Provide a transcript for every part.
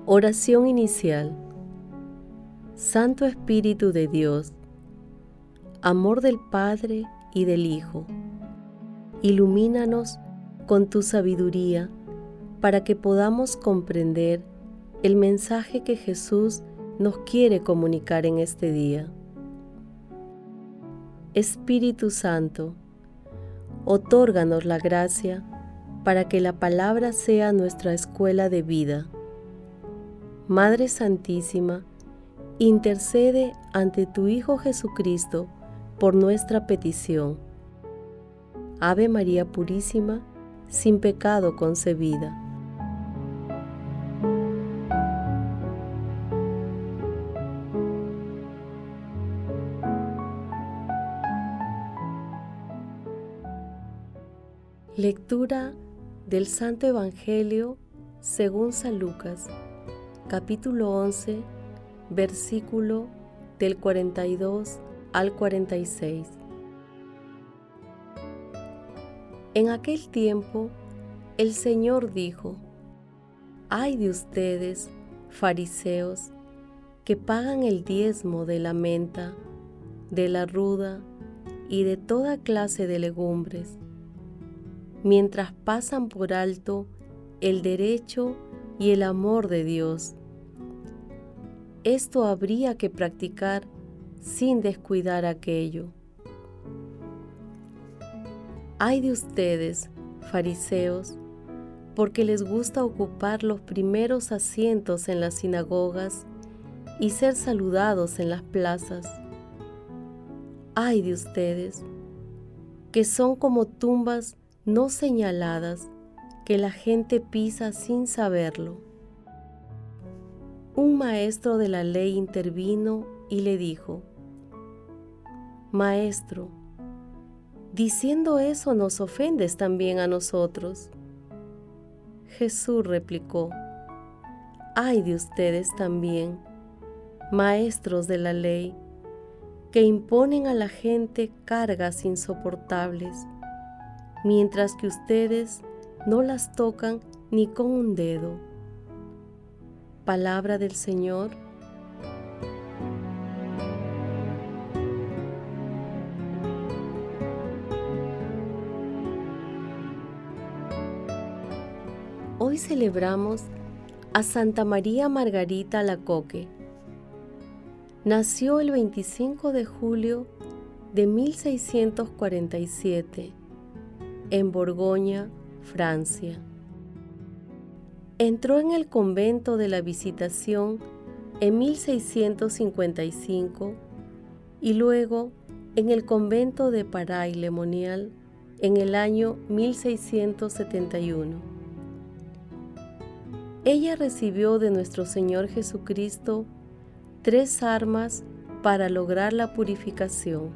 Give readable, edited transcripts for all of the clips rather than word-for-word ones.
Oración inicial. Santo Espíritu de Dios, amor del Padre y del Hijo, ilumínanos con tu sabiduría para que podamos comprender el mensaje que Jesús nos quiere comunicar en este día. Espíritu Santo, otórganos la gracia para que la palabra sea nuestra escuela de vida. Madre Santísima, intercede ante tu Hijo Jesucristo por nuestra petición. Ave María Purísima, sin pecado concebida. Lectura del Santo Evangelio según San Lucas, capítulo 11, versículo del 42 al 46. En aquel tiempo, el Señor dijo: «Ay de ustedes, fariseos, que pagan el diezmo de la menta, de la ruda y de toda clase de legumbres, mientras pasan por alto el derecho y el amor de Dios. Esto habría que practicar sin descuidar aquello. Ay de ustedes, fariseos, porque les gusta ocupar los primeros asientos en las sinagogas y ser saludados en las plazas. Ay de ustedes, que son como tumbas no señaladas que la gente pisa sin saberlo». Un maestro de la ley intervino y le dijo: «Maestro, diciendo eso nos ofendes también a nosotros». Jesús replicó: «Ay de ustedes también, maestros de la ley, que imponen a la gente cargas insoportables, mientras que ustedes no las tocan ni con un dedo». Palabra del Señor. Hoy celebramos a Santa María Margarita Alacoque. Nació el 25 de julio de 1647 en Borgoña, Francia. Entró en el convento de la Visitación en 1655 y luego en el convento de Paray-le-Monial en el año 1671. Ella recibió de nuestro Señor Jesucristo 3 armas para lograr la purificación.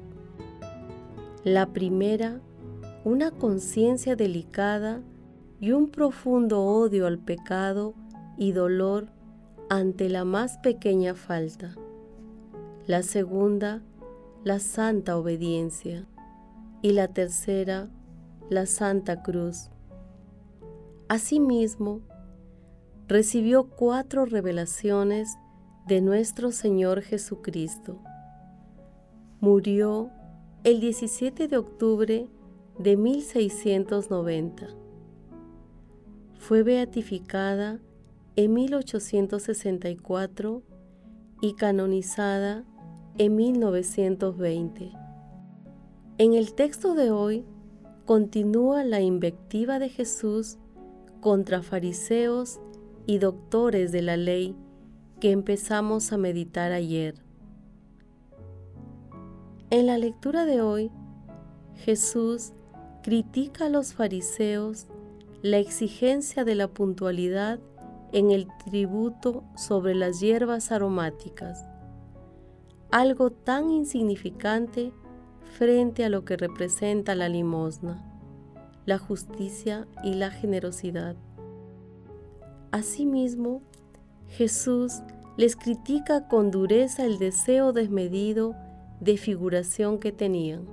La primera, una conciencia delicada y un profundo odio al pecado y dolor ante la más pequeña falta. La segunda, la santa obediencia. Y la tercera, la Santa Cruz. Asimismo, recibió 4 revelaciones de nuestro Señor Jesucristo. Murió el 17 de octubre de 1690. Fue beatificada en 1864 y canonizada en 1920. En el texto de hoy continúa la invectiva de Jesús contra fariseos y doctores de la ley que empezamos a meditar ayer. En la lectura de hoy, Jesús critica a los fariseos la exigencia de la puntualidad en el tributo sobre las hierbas aromáticas, algo tan insignificante frente a lo que representa la limosna, la justicia y la generosidad. Asimismo, Jesús les critica con dureza el deseo desmedido de figuración que tenían.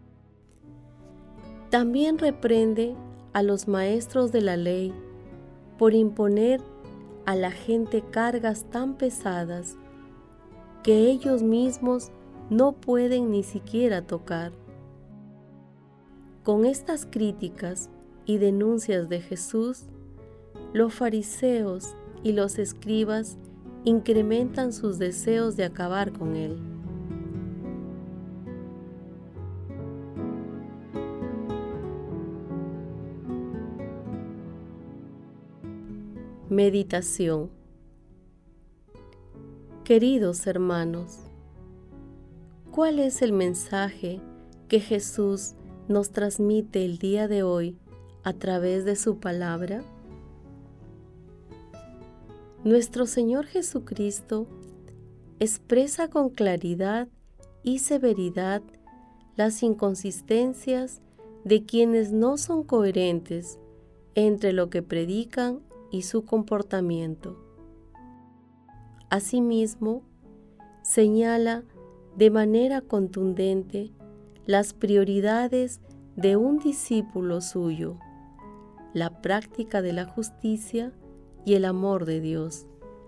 También reprende a los maestros de la ley por imponer a la gente cargas tan pesadas que ellos mismos no pueden ni siquiera tocar. Con estas críticas y denuncias de Jesús, los fariseos y los escribas incrementan sus deseos de acabar con él. Meditación. Queridos hermanos, ¿cuál es el mensaje que Jesús nos transmite el día de hoy a través de su palabra? Nuestro Señor Jesucristo expresa con claridad y severidad las inconsistencias de quienes no son coherentes entre lo que predican y su comportamiento. Asimismo, señala de manera contundente las prioridades de un discípulo suyo, la práctica de la justicia y el amor de Dios.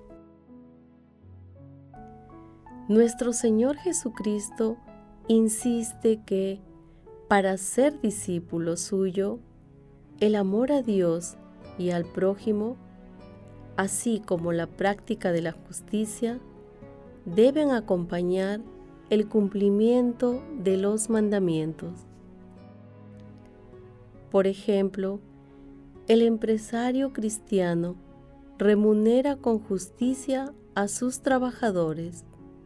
Nuestro Señor Jesucristo insiste que, para ser discípulo suyo, el amor a Dios y al prójimo, así como la práctica de la justicia, deben acompañar el cumplimiento de los mandamientos. Por ejemplo, el empresario cristiano remunera con justicia a sus trabajadores,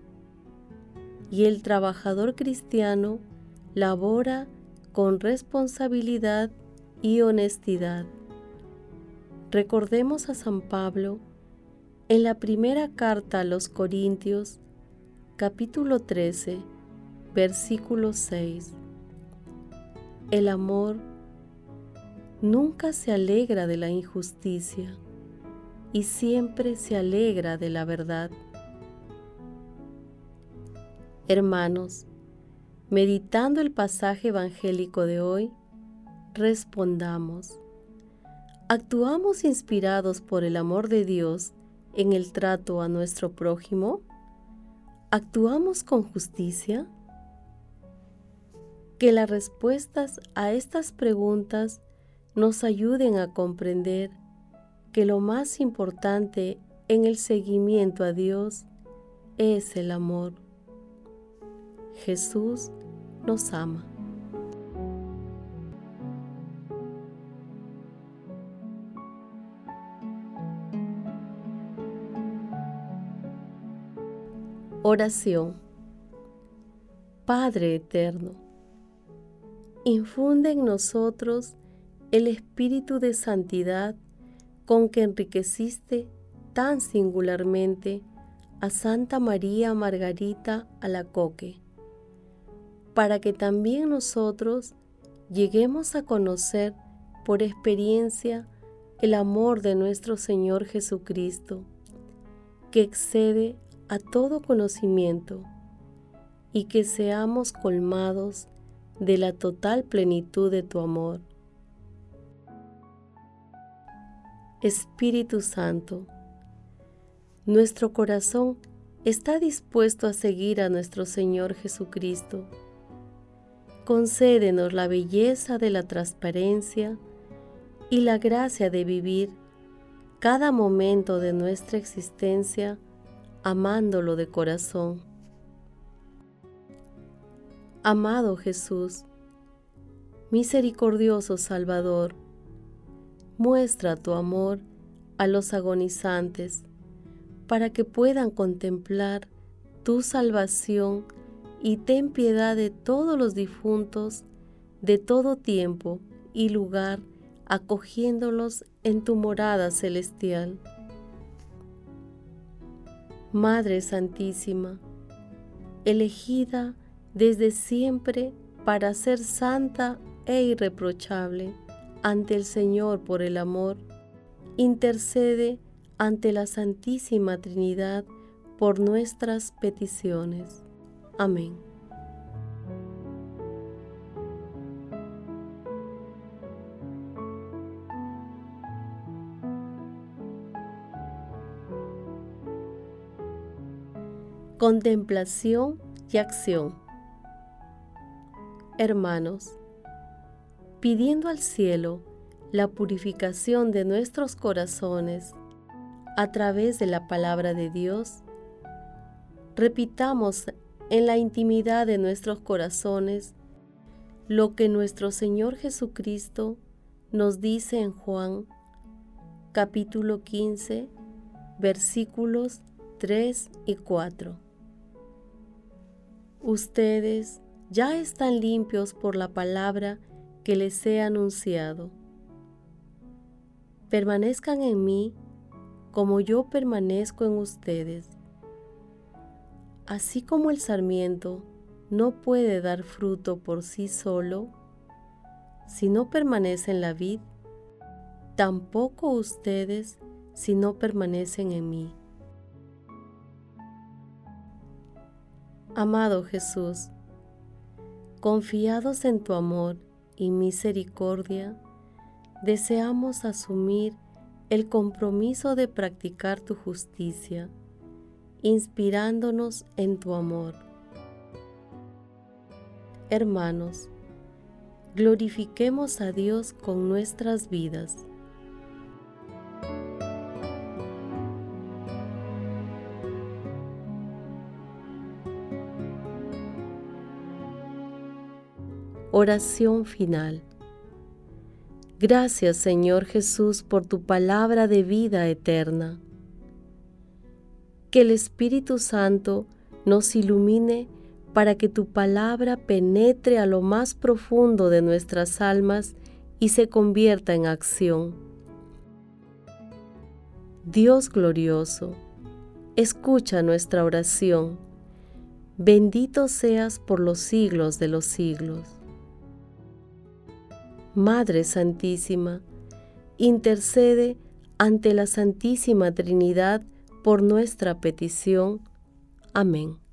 y el trabajador cristiano labora con responsabilidad y honestidad. Recordemos a San Pablo en la primera carta a los Corintios, capítulo 13, versículo 6. El amor nunca se alegra de la injusticia y siempre se alegra de la verdad. Hermanos, meditando el pasaje evangélico de hoy, respondamos: ¿actuamos inspirados por el amor de Dios en el trato a nuestro prójimo? ¿Actuamos con justicia? Que las respuestas a estas preguntas nos ayuden a comprender que lo más importante en el seguimiento a Dios es el amor. Jesús nos ama. Oración. Padre eterno, infunde en nosotros el espíritu de santidad con que enriqueciste tan singularmente a Santa María Margarita Alacoque, para que también nosotros lleguemos a conocer por experiencia el amor de nuestro Señor Jesucristo, que excede a todo conocimiento, y que seamos colmados de la total plenitud de tu amor. Espíritu Santo, nuestro corazón está dispuesto a seguir a nuestro Señor Jesucristo. Concédenos la belleza de la transparencia y la gracia de vivir cada momento de nuestra existencia amándolo de corazón. Amado Jesús, misericordioso Salvador, muestra tu amor a los agonizantes para que puedan contemplar tu salvación, y ten piedad de todos los difuntos de todo tiempo y lugar, acogiéndolos en tu morada celestial. Madre Santísima, elegida desde siempre para ser santa e irreprochable ante el Señor por el amor, intercede ante la Santísima Trinidad por nuestras peticiones. Amén. Contemplación y acción. Hermanos, pidiendo al cielo la purificación de nuestros corazones a través de la palabra de Dios, repitamos en la intimidad de nuestros corazones lo que nuestro Señor Jesucristo nos dice en Juan, capítulo 15, versículos 3 y 4. Ustedes ya están limpios por la palabra que les he anunciado. Permanezcan en mí como yo permanezco en ustedes. Así como el sarmiento no puede dar fruto por sí solo, si no permanece en la vid, tampoco ustedes si no permanecen en mí. Amado Jesús, confiados en tu amor y misericordia, deseamos asumir el compromiso de practicar tu justicia, inspirándonos en tu amor. Hermanos, glorifiquemos a Dios con nuestras vidas. Oración final. Gracias, Señor Jesús, por tu palabra de vida eterna. Que el Espíritu Santo nos ilumine para que tu palabra penetre a lo más profundo de nuestras almas y se convierta en acción. Dios glorioso, escucha nuestra oración. Bendito seas por los siglos de los siglos. Madre Santísima, intercede ante la Santísima Trinidad por nuestra petición. Amén.